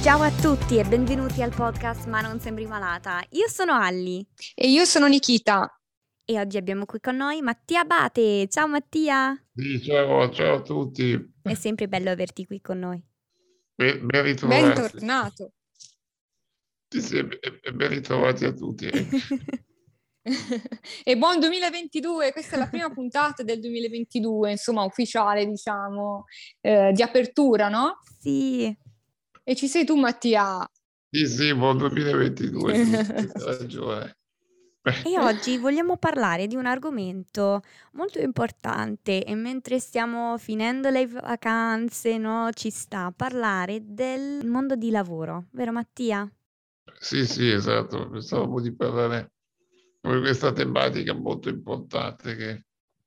Ciao a tutti e benvenuti al podcast Ma non sembri malata. Io sono Alli E io sono Nikita. e oggi abbiamo qui con noi Mattia Abate. Ciao Mattia! Sì, ciao a tutti, È sempre bello averti qui con noi. ben ritrovati. Bentornato. Sì, ben ritrovati a tutti. E buon 2022, questa è la prima puntata del 2022, insomma ufficiale, diciamo, di apertura, no? Sì. E ci sei tu, Mattia. Sì, buon 2022, hai ragione. E oggi vogliamo parlare di un argomento molto importante e mentre stiamo finendo le vacanze, no, ci sta a parlare del mondo di lavoro, vero Mattia? Sì, esatto, pensavo di parlare di questa tematica molto importante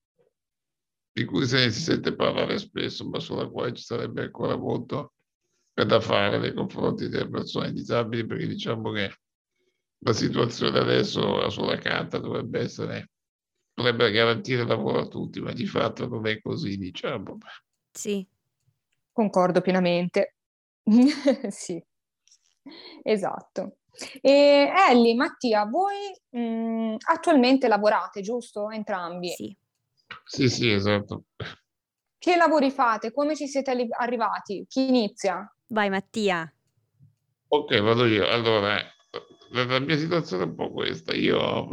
di cui si sente parlare spesso, ma sulla quale ci sarebbe ancora molto da fare nei confronti delle persone disabili, perché diciamo che la situazione adesso sulla carta dovrebbe garantire lavoro a tutti, ma di fatto non è così, diciamo. Sì. Concordo pienamente. Sì, esatto. E Ellie, Mattia, voi attualmente lavorate, giusto? Entrambi. Sì. Sì, esatto. Che lavori fate? Come ci siete arrivati? Chi inizia? Vai Mattia. Ok, vado io. Allora, la mia situazione è un po' questa. Io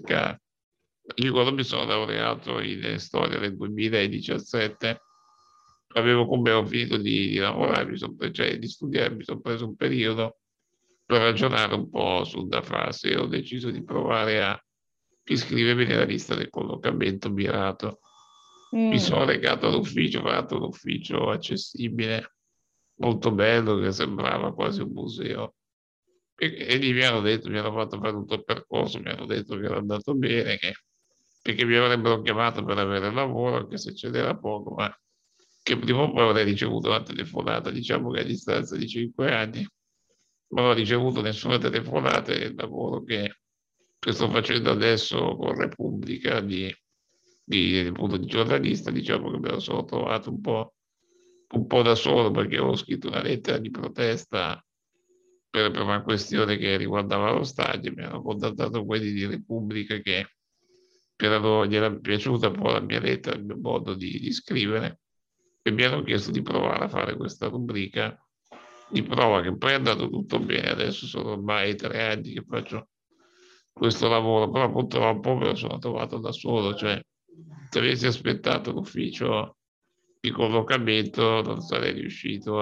quando mi sono laureato in storia nel 2017, avevo come ho finito di lavorare, cioè di studiare, mi sono preso un periodo per ragionare un po' sul da farsi e ho deciso di provare a iscrivermi nella lista del collocamento mirato. Mi sono recato all'ufficio, ho fatto un ufficio accessibile, molto bello, che sembrava quasi un museo. E lì mi hanno fatto fare tutto il percorso, mi hanno detto che era andato bene, perché mi avrebbero chiamato per avere lavoro, anche se ce n'era poco, ma che prima o poi avrei ricevuto una telefonata, diciamo che a distanza di 5 anni non ho ricevuto nessuna telefonata e il lavoro che sto facendo adesso con Repubblica appunto, di giornalista, diciamo che me lo sono trovato un po' da solo, perché avevo scritto una lettera di protesta per una questione che riguardava lo stadio. Mi hanno contattato quelli di Repubblica che gli era piaciuta un po' la mia lettera, il mio modo di scrivere, e mi hanno chiesto di provare a fare questa rubrica di prova, che poi è andato tutto bene. Adesso sono ormai 3 anni che faccio questo lavoro, però purtroppo me lo sono trovato da solo, cioè se avessi aspettato l'ufficio di collocamento non sarei riuscito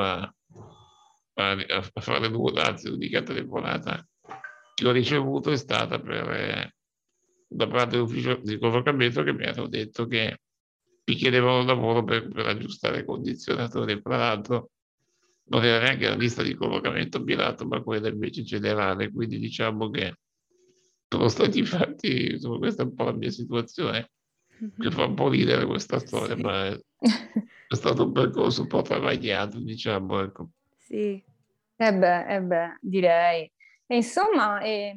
a fare nulla. Anzi, l'unica telefonata che ho ricevuto è stata da parte dell'ufficio di collocamento, che mi hanno detto che mi chiedevano lavoro per aggiustare i condizionatori. Tra l'altro non era neanche la lista di collocamento mirato, ma quella invece generale, quindi diciamo che sono stati fatti, insomma, questa è un po' la mia situazione, che fa un po' ridere questa storia, Sì. ma è stato un percorso un po' travagliato, diciamo, ecco. Sì. Direi. E insomma,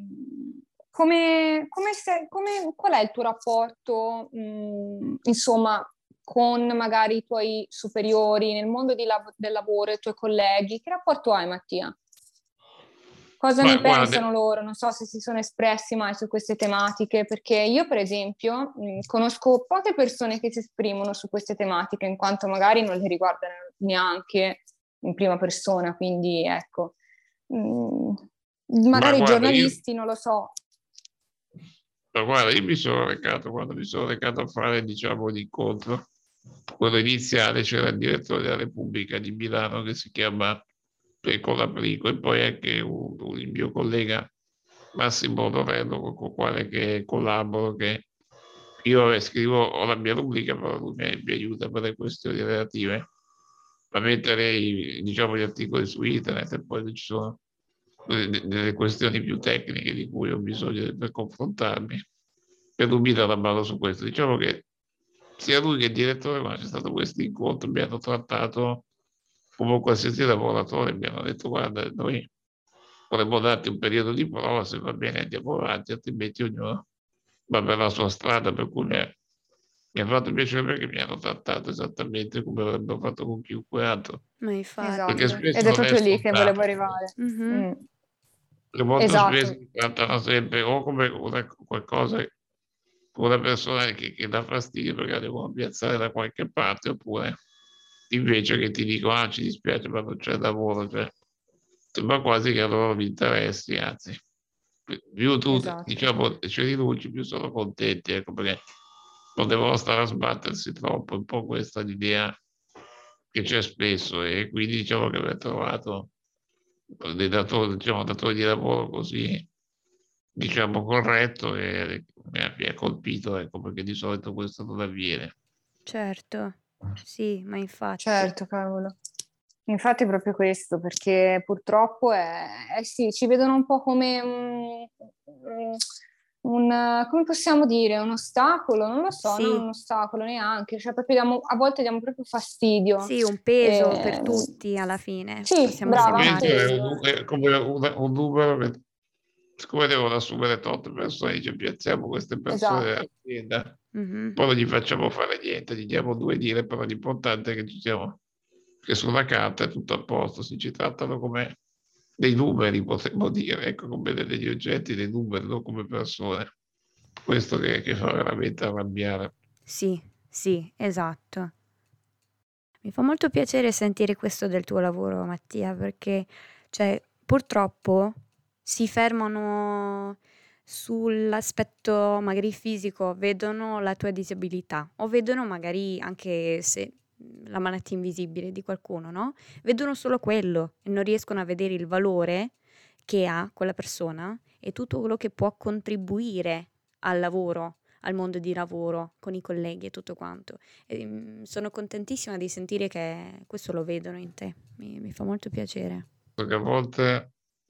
qual è il tuo rapporto, insomma, con magari i tuoi superiori nel mondo del lavoro, i tuoi colleghi? Che rapporto hai, Mattia? Cosa ne pensano loro? Non so se si sono espressi mai su queste tematiche, perché io, per esempio, conosco poche persone che si esprimono su queste tematiche, in quanto magari non le riguardano neanche in prima persona, quindi ecco. Magari i giornalisti, non lo so. Ma guarda, io quando mi sono recato a fare, diciamo, l'incontro, quello iniziale, c'era il direttore della Repubblica di Milano che si chiama Colaprico, e poi anche il mio collega Massimo Novello, con il quale che collaboro, che io scrivo, ho la mia rubrica, però lui mi aiuta per le questioni relative a mettere diciamo, gli articoli su internet, e poi ci sono delle questioni più tecniche di cui ho bisogno per confrontarmi, e lui mi dà la mano su questo. Diciamo che sia lui che il direttore, quando c'è stato questo incontro, mi hanno trattato come qualsiasi lavoratore, mi hanno detto: guarda, noi vorremmo darti un periodo di prova, se va bene andiamo avanti, altrimenti ognuno va per la sua strada. Per cui Mi ha fatto piacere perché mi hanno trattato esattamente come avrebbero fatto con chiunque altro, Ma infatti. perché Esatto. Ed spesso è non è proprio lì che volevo scontato. arrivare. Mhm. Mm. Perché molto spesso Esatto, si trattano sempre o come qualcosa, una persona che dà fastidio perché la devono piazzare da qualche parte, oppure invece che ti dico, ah, ci dispiace, ma non c'è lavoro, cioè, sembra quasi che a loro mi interessi, anzi, più tu, esatto. diciamo, ci rinunci, più sono contenti, ecco, perché non devono stare a sbattersi troppo, un po' questa l'idea che c'è spesso, e quindi diciamo che aver trovato dei datori, diciamo, datori di lavoro così, diciamo, corretto, e mi ha colpito, ecco, perché di solito questo non avviene. Certo. Sì, ma infatti. Certo, cavolo. Infatti è proprio questo, perché purtroppo sì, ci vedono un po' come come possiamo dire, un ostacolo, non lo so, non Sì, un ostacolo neanche, cioè proprio a volte diamo proprio fastidio. sì, un peso per Eh, tutti alla fine, sì, possiamo brava, un Questo sembrare. è peso. è come un numero che, siccome devono assumere tot persone, ci piazziamo queste persone Esatto, nell'azienda, Mhm. poi non gli facciamo fare niente, gli diamo 2 lire, però l'importante è che ci siamo, che sulla carta è tutto a posto, si trattano come dei numeri, potremmo dire, ecco, come degli oggetti, dei numeri, non come persone. Questo che fa veramente arrabbiare. Sì, sì, esatto. Mi fa molto piacere sentire questo del tuo lavoro, Mattia, perché cioè, purtroppo si fermano sull'aspetto magari fisico, vedono la tua disabilità o vedono magari anche se la malattia invisibile di qualcuno, no? Vedono solo quello e non riescono a vedere il valore che ha quella persona e tutto quello che può contribuire al lavoro, al mondo di lavoro, con i colleghi e tutto quanto. E, sono contentissima di sentire che questo lo vedono in te, mi fa molto piacere. Perché a volte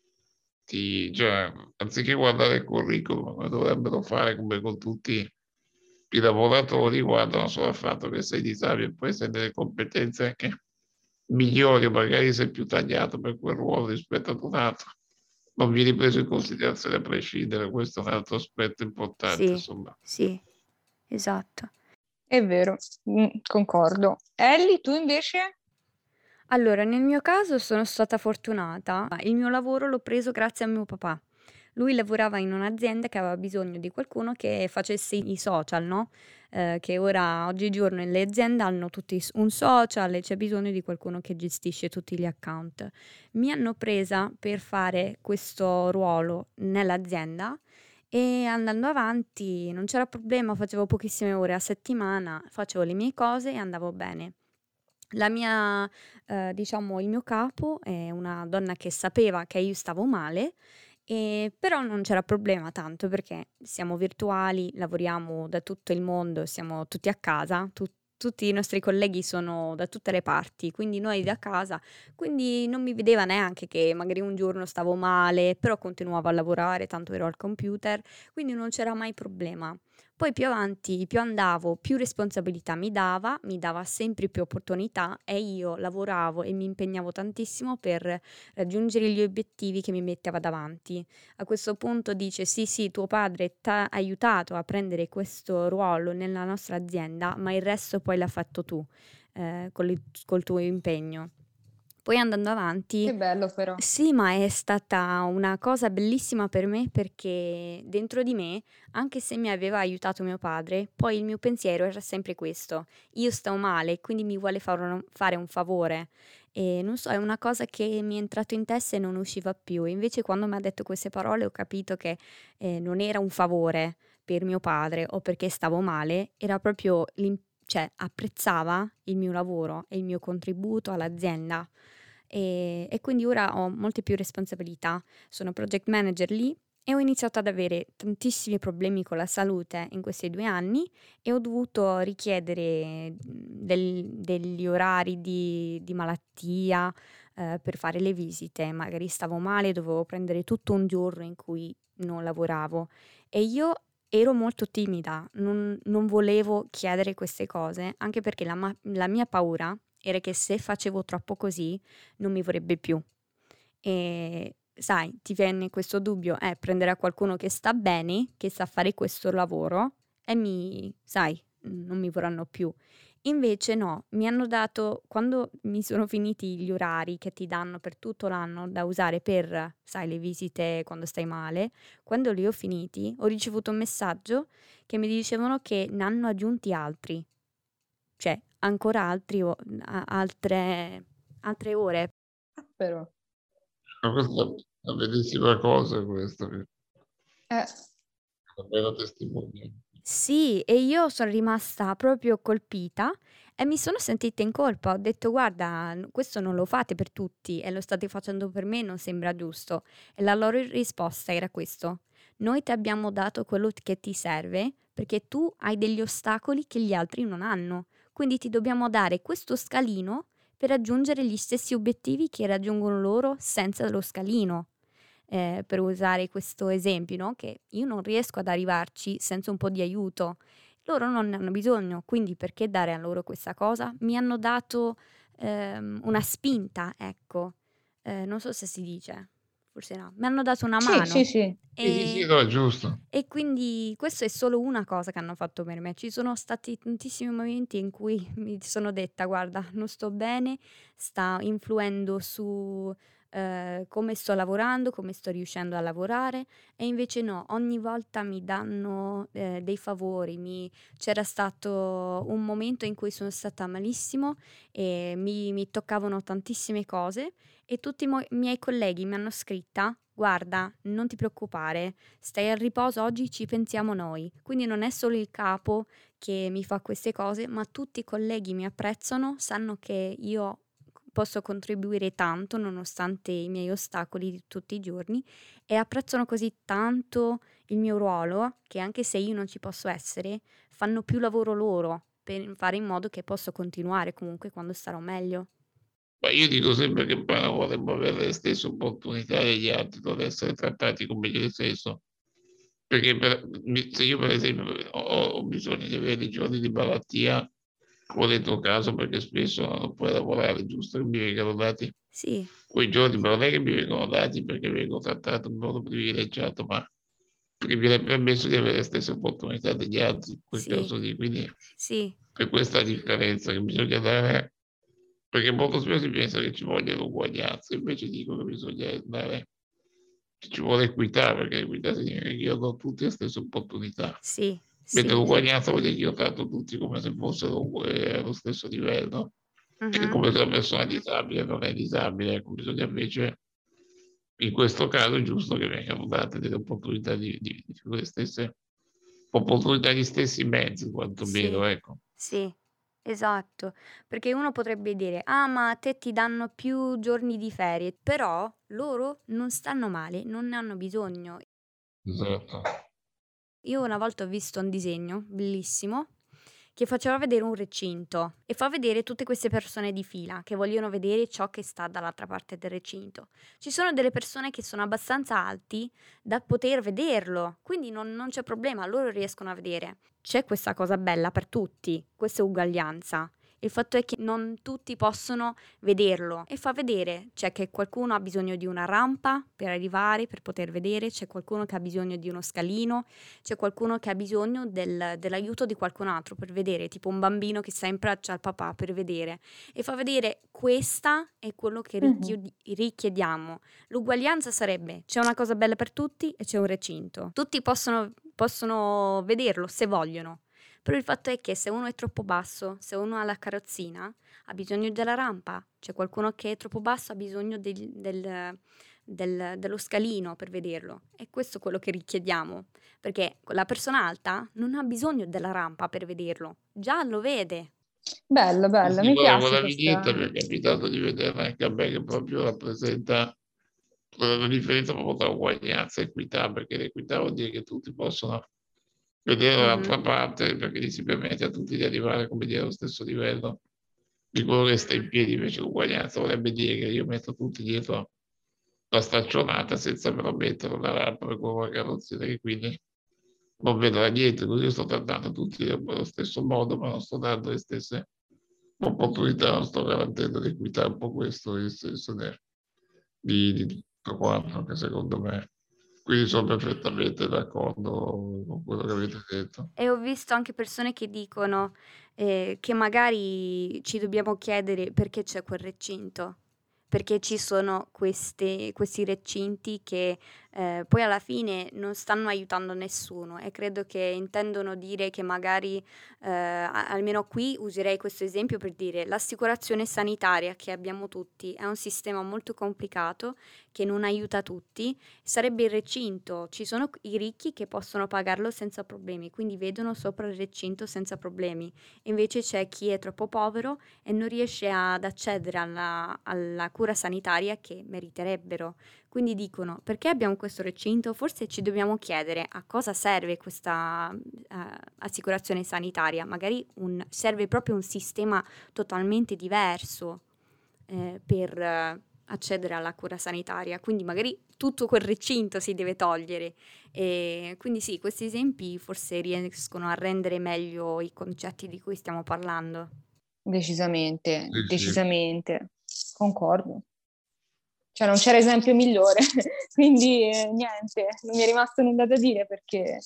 cioè, anziché guardare il curriculum, come dovrebbero fare come con tutti i lavoratori, guardano solo al fatto che sei disabile e poi sei delle competenze anche migliori, magari sei più tagliato per quel ruolo rispetto ad un altro. Non vieni preso in considerazione a prescindere, questo è un altro aspetto importante, Sì, insomma. sì, esatto. è vero, concordo. Ellie, tu invece? Allora, nel mio caso sono stata fortunata. Il mio lavoro l'ho preso grazie a mio papà. Lui lavorava in un'azienda che aveva bisogno di qualcuno che facesse i social, no? Che ora, oggigiorno, le aziende hanno tutti un social e c'è bisogno di qualcuno che gestisce tutti gli account. Mi hanno presa per fare questo ruolo nell'azienda e andando avanti non c'era problema, facevo pochissime ore a settimana, facevo le mie cose e andavo bene. La mia diciamo il mio capo è una donna che sapeva che io stavo male, però non c'era problema tanto perché siamo virtuali, lavoriamo da tutto il mondo, siamo tutti a casa, tutti i nostri colleghi sono da tutte le parti, quindi noi da casa, quindi non mi vedeva neanche che magari un giorno stavo male, però continuavo a lavorare, tanto ero al computer, quindi non c'era mai problema. Poi più avanti, più andavo, più responsabilità mi dava sempre più opportunità e io lavoravo e mi impegnavo tantissimo per raggiungere gli obiettivi che mi metteva davanti. A questo punto dice: sì, sì, tuo padre ti ha aiutato a prendere questo ruolo nella nostra azienda, ma il resto poi l'ha fatto tu, col tuo impegno. Poi andando avanti, Che bello però. sì, ma è stata una cosa bellissima per me perché dentro di me, anche se mi aveva aiutato mio padre, poi il mio pensiero era sempre questo: io sto male, quindi mi vuole fare un favore. E non so, è una cosa che mi è entrato in testa e non usciva più. E invece quando mi ha detto queste parole ho capito che non era un favore per mio padre o perché stavo male, era proprio cioè apprezzava il mio lavoro e il mio contributo all'azienda. E quindi ora ho molte più responsabilità. Sono project manager lì e ho iniziato ad avere tantissimi problemi con la salute in questi 2 anni e ho dovuto richiedere degli orari di malattia per fare le visite. Magari stavo male, dovevo prendere tutto un giorno in cui non lavoravo e io ero molto timida, non volevo chiedere queste cose, anche perché la mia paura era che se facevo troppo così non mi vorrebbe più. E sai, ti viene questo dubbio, prendere a qualcuno che sta bene, che sa fare questo lavoro e sai, non mi vorranno più. Invece no, mi hanno dato, quando mi sono finiti gli orari che ti danno per tutto l'anno da usare per, sai, le visite quando stai male, quando li ho finiti ho ricevuto un messaggio che mi dicevano che ne hanno aggiunti altri, cioè ancora altre ore. Però. Ma questa è una bellissima cosa questa, che Eh, è una bella testimonianza. Sì, e io sono rimasta proprio colpita e mi sono sentita in colpa. Ho detto, guarda, questo non lo fate per tutti e lo state facendo per me, non sembra giusto. E la loro risposta era questo: noi ti abbiamo dato quello che ti serve perché tu hai degli ostacoli che gli altri non hanno. Quindi ti dobbiamo dare questo scalino per raggiungere gli stessi obiettivi che raggiungono loro senza lo scalino. Per usare questo esempio, no? Che io non riesco ad arrivarci senza un po' di aiuto. Loro non ne hanno bisogno, quindi perché dare a loro questa cosa? Mi hanno dato una spinta, ecco. Non so se si dice, forse no. Mi hanno dato una sì, sì, mano. sì. Sì, E, no, è giusto. e quindi questo è solo una cosa che hanno fatto per me. Ci sono stati tantissimi momenti in cui mi sono detta, guarda, non sto bene, sta influendo su come sto lavorando, come sto riuscendo a lavorare, e invece no, ogni volta mi danno dei favori. C'era stato un momento in cui sono stata malissimo e mi toccavano tantissime cose e tutti i miei colleghi mi hanno scritta, guarda, non ti preoccupare, stai a riposo, oggi ci pensiamo noi. Quindi non è solo il capo che mi fa queste cose, ma tutti i colleghi mi apprezzano, sanno che io posso contribuire tanto nonostante i miei ostacoli di tutti i giorni e apprezzano così tanto il mio ruolo che anche se io non ci posso essere, fanno più lavoro loro per fare in modo che posso continuare comunque quando starò meglio. Ma io dico sempre che poi vorremmo avere le stesse opportunità degli altri, non essere trattati come noi stesso. Perché se io per esempio ho bisogno di avere i giorni di malattia, come nel tuo caso, perché spesso non puoi lavorare, giusto, che mi vengono dati Sì, quei giorni, ma non è che mi vengono dati perché vengo trattato in modo privilegiato, ma perché viene permesso di avere le stesse opportunità degli altri, in quel sì, caso lì. Quindi sì, è questa la differenza che bisogna dare, perché molto spesso si pensa che ci voglia l'uguaglianza, invece dico che bisogna dare, ci vuole equità, perché equità significa che io do a tutti le stesse opportunità. sì, Mentre sì. l'uguaglianza vuol dire che io tratto tutti come se fossero allo stesso livello, e Mhm. come se una persona disabile non è disabile. Ecco, bisogna invece, in questo caso, è giusto che vengano date delle opportunità di quelle stesse opportunità, gli stessi mezzi, quantomeno, Sì, ecco. sì, esatto. Perché uno potrebbe dire, ah, ma a te ti danno più giorni di ferie, però loro non stanno male, non ne hanno bisogno. Esatto. Io una volta ho visto un disegno bellissimo che faceva vedere un recinto e fa vedere tutte queste persone di fila che vogliono vedere ciò che sta dall'altra parte del recinto. Ci sono delle persone che sono abbastanza alti da poter vederlo, quindi non c'è problema, loro riescono a vedere. C'è questa cosa bella per tutti, questa uguaglianza. Il fatto è che non tutti possono vederlo e fa vedere, c'è che qualcuno ha bisogno di una rampa per arrivare, per poter vedere, c'è qualcuno che ha bisogno di uno scalino, c'è qualcuno che ha bisogno dell'aiuto di qualcun altro per vedere, tipo un bambino che sta in braccio al papà per vedere, e fa vedere questa è quello che Mhm. richiediamo. L'uguaglianza sarebbe, c'è una cosa bella per tutti e c'è un recinto. Tutti possono vederlo se vogliono. Però il fatto è che se uno è troppo basso, se uno ha la carrozzina, ha bisogno della rampa. C'è qualcuno che è troppo basso, ha bisogno dello scalino per vederlo. E questo è quello che richiediamo, perché la persona alta non ha bisogno della rampa per vederlo, già lo vede. Bella, Sì, bella, sì, mi guarda, piace quella questa. vignetta mi è capitato di vederla anche a me, che proprio rappresenta la differenza proprio tra uguaglianza e equità, perché l'equità vuol dire che tutti possono vedere Mhm. dall'altra parte, perché gli si permette a tutti di arrivare, come dire, allo stesso livello di quello che sta in piedi. Invece l'uguaglianza vorrebbe dire che io metto tutti dietro la staccionata senza però mettere una rampa per quello carrozzina, che quindi non vedrà niente. Così io sto trattando tutti allo stesso modo, ma non sto dando le stesse opportunità, non sto garantendo l'equità. È un po' questo il senso di tutto quanto, che secondo me Quindi sono perfettamente d'accordo con quello che avete detto. E ho visto anche persone che dicono che magari ci dobbiamo chiedere perché c'è quel recinto, perché ci sono questi recinti che poi alla fine non stanno aiutando nessuno e credo che intendono dire che magari, almeno qui userei questo esempio per dire l'assicurazione sanitaria che abbiamo tutti è un sistema molto complicato che non aiuta tutti. Sarebbe il recinto, ci sono i ricchi che possono pagarlo senza problemi, quindi vedono sopra il recinto senza problemi. Invece c'è chi è troppo povero e non riesce ad accedere alla cura sanitaria che meriterebbero. Quindi dicono, perché abbiamo questo recinto? Forse ci dobbiamo chiedere a cosa serve questa assicurazione sanitaria. Magari serve proprio un sistema totalmente diverso per accedere alla cura sanitaria, quindi magari tutto quel recinto si deve togliere. E quindi sì, questi esempi forse riescono a rendere meglio i concetti di cui stiamo parlando. Decisamente, Sì, sì. decisamente, concordo. Cioè non c'era esempio migliore, quindi niente, non mi è rimasto nulla da dire perché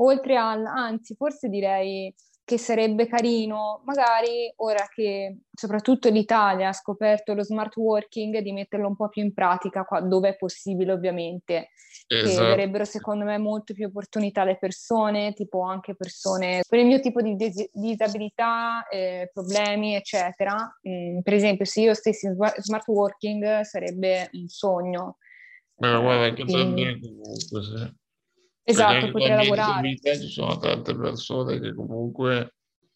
anzi forse direi che sarebbe carino, magari ora che soprattutto l'Italia ha scoperto lo smart working, di metterlo un po' più in pratica dove è possibile ovviamente, che Esatto. darebbero secondo me molte più opportunità alle persone, tipo anche persone per il mio tipo di disabilità, problemi, eccetera. Per esempio, se io stessi in smart working sarebbe un sogno. Ma guarda, anche per Quindi, me comunque, sì. Perché esatto, anche con la potrei mia lavorare. disabilità ci sono tante persone che comunque,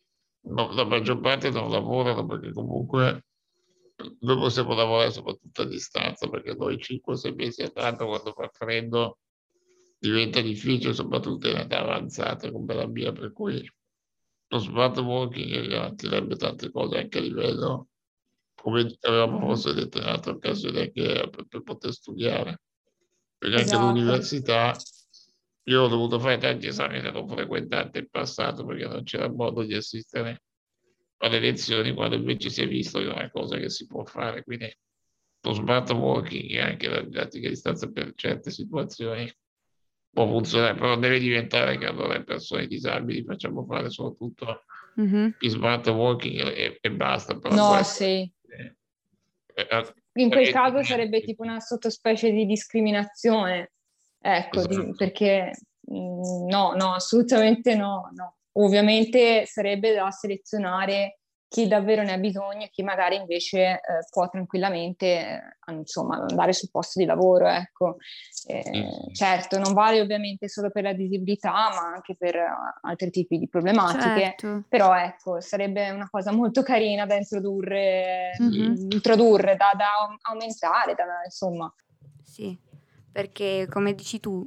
la maggior parte non lavorano perché comunque noi possiamo lavorare soprattutto a distanza perché noi 5-6 mesi all'anno quando fa freddo diventa difficile, soprattutto in età avanzata come la mia, per cui lo smart working garantirebbe tante cose anche a livello, come avevamo forse detto in altre occasioni, anche per poter studiare. Perché anche Esatto, all'università io ho dovuto fare tanti esami che non frequentate in passato perché non c'era modo di assistere alle lezioni, quando invece si è visto che è una cosa che si può fare. Quindi lo smart working e anche la didattica a distanza per certe situazioni può funzionare, però deve diventare che allora le persone disabili facciamo fare soprattutto Mhm. il smart working e basta, però può no, essere sì. eh, In quel ovviamente caso sarebbe tipo una sottospecie di discriminazione, ecco, esatto. perché no, no, assolutamente no, no. Ovviamente sarebbe da selezionare chi davvero ne ha bisogno e chi magari invece può tranquillamente, insomma, andare sul posto di lavoro, ecco. Sì. Certo, non vale ovviamente solo per la disabilità, ma anche per altri tipi di problematiche. Certo. Però ecco, sarebbe una cosa molto carina da Mhm. introdurre, da aumentare, insomma. Sì, perché come dici tu,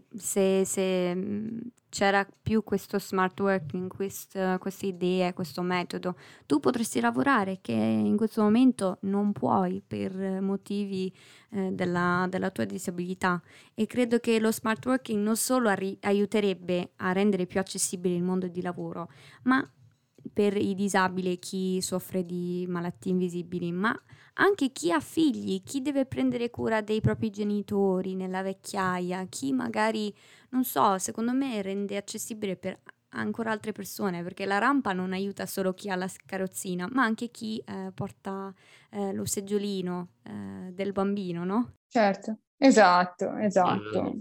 se c'era più questo smart working, queste idee, questo metodo, tu potresti lavorare che in questo momento non puoi per motivi della tua disabilità. E credo che lo smart working non solo aiuterebbe a rendere più accessibile il mondo di lavoro, ma per i disabili e chi soffre di malattie invisibili, ma anche chi ha figli, chi deve prendere cura dei propri genitori nella vecchiaia, chi magari, non so, secondo me rende accessibile per ancora altre persone, perché la rampa non aiuta solo chi ha la carrozzina, ma anche chi porta lo seggiolino del bambino, no? Certo, esatto, esatto.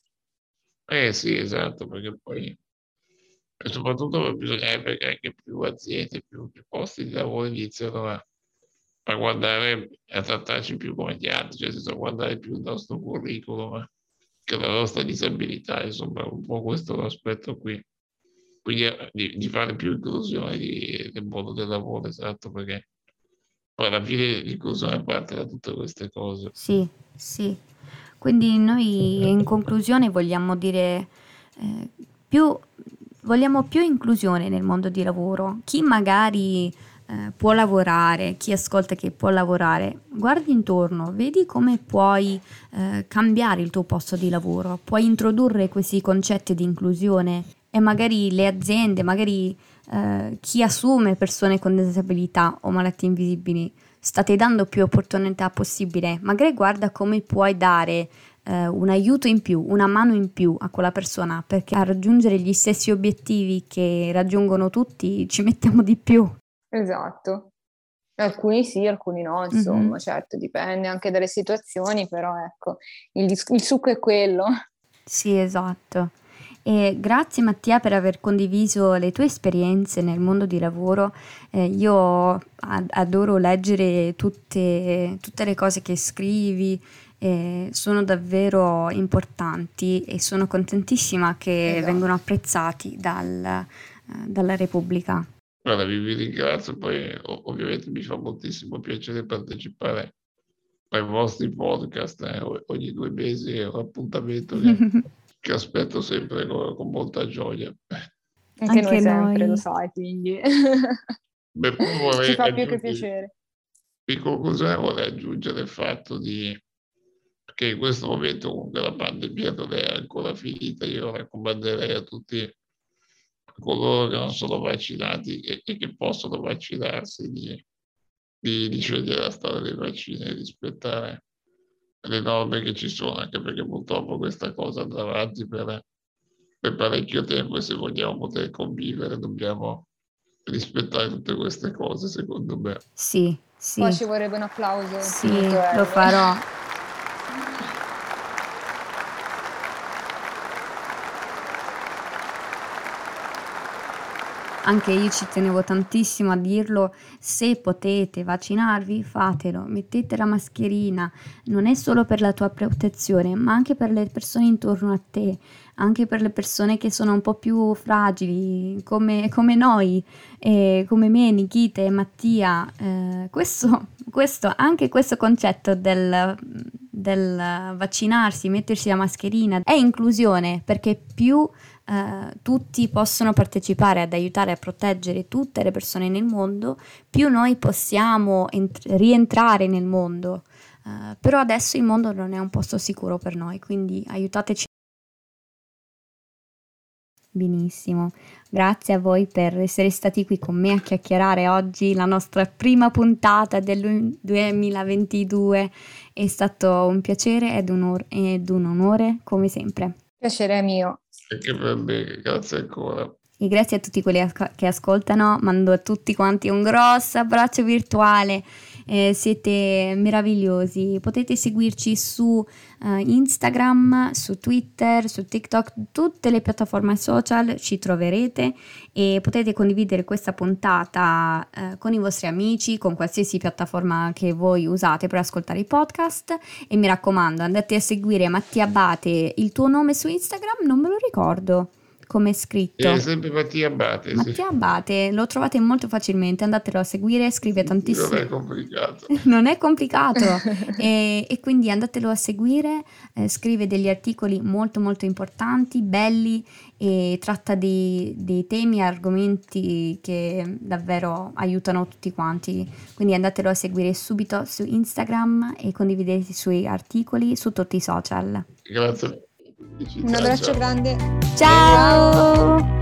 Sì, esatto, perché poi e soprattutto bisognerebbe che anche più aziende, più posti di lavoro iniziano a guardare, a trattarci più come gli altri, cioè senza guardare più il nostro curriculum, che la nostra disabilità, insomma, un po' questo è l'aspetto qui. Quindi di fare più inclusione del mondo del lavoro, esatto, perché poi alla fine l'inclusione parte da tutte queste cose. Sì, sì. Quindi noi in conclusione vogliamo dire eh, più, vogliamo più inclusione nel mondo di lavoro. Chi magari può lavorare, chi ascolta che può lavorare, guardi intorno, vedi come puoi cambiare il tuo posto di lavoro, puoi introdurre questi concetti di inclusione e magari le aziende, magari chi assume persone con disabilità o malattie invisibili, state dando più opportunità possibile. Magari guarda come puoi dare un aiuto in più, una mano in più a quella persona, perché a raggiungere gli stessi obiettivi che raggiungono tutti ci mettiamo di più. Esatto. Alcuni sì, alcuni no, insomma, Mhm. certo, dipende anche dalle situazioni, però ecco, il succo è quello. Sì, esatto. E grazie Mattia per aver condiviso le tue esperienze nel mondo di lavoro. Io adoro leggere tutte le cose che scrivi, sono davvero importanti e sono contentissima che Esatto. vengono apprezzati dalla Repubblica. Guarda, vi ringrazio, poi ovviamente mi fa moltissimo piacere partecipare ai vostri podcast, ogni 2 mesi è un appuntamento che aspetto sempre con molta gioia. Anche Anche noi sempre, lo noi. sai, quindi Beh, poi ci vorrei fa più che aggiungere, piacere. in conclusione vorrei aggiungere il fatto che in questo momento comunque la pandemia non è ancora finita. Io raccomanderei a tutti coloro che non sono vaccinati e che possono vaccinarsi di scegliere la strada dei vaccini e rispettare le norme che ci sono, anche perché purtroppo questa cosa andrà avanti per parecchio tempo, e se vogliamo poter convivere dobbiamo rispettare tutte queste cose, secondo me. Sì, Qua sì, ci vorrebbe un applauso sì, infinito, lo Elmer. farò. Anche io ci tenevo tantissimo a dirlo, se potete vaccinarvi, fatelo, mettete la mascherina, non è solo per la tua protezione, ma anche per le persone intorno a te, anche per le persone che sono un po' più fragili, come noi, come me, Nikita e Mattia. Anche questo concetto del vaccinarsi, mettersi la mascherina, è inclusione, perché più tutti possono partecipare ad aiutare a proteggere tutte le persone nel mondo, più noi possiamo rientrare nel mondo. Però adesso il mondo non è un posto sicuro per noi, quindi aiutateci. Benissimo, grazie a voi per essere stati qui con me a chiacchierare oggi, la nostra prima puntata del 2022. È stato un piacere ed un onore come sempre. Piacere mio. Anche per me, grazie ancora. E grazie a tutti quelli che ascoltano, mando a tutti quanti un grosso abbraccio virtuale, siete meravigliosi, potete seguirci su Instagram, su Twitter, su TikTok, tutte le piattaforme social ci troverete, e potete condividere questa puntata con i vostri amici, con qualsiasi piattaforma che voi usate per ascoltare i podcast. E mi raccomando, andate a seguire Mattia Abate. Il tuo nome su Instagram non me lo ricordo come è scritto. È sempre Mattia Abate, sì. Mattia Abate, lo trovate molto facilmente, andatelo a seguire, scrive tantissimo. Non è complicato. Non è complicato. E quindi andatelo a seguire, scrive degli articoli molto molto importanti, belli, e tratta dei temi e argomenti che davvero aiutano tutti quanti. Quindi andatelo a seguire subito su Instagram e condividete i suoi articoli su tutti i social. Grazie. Un abbraccio grande. Ciao!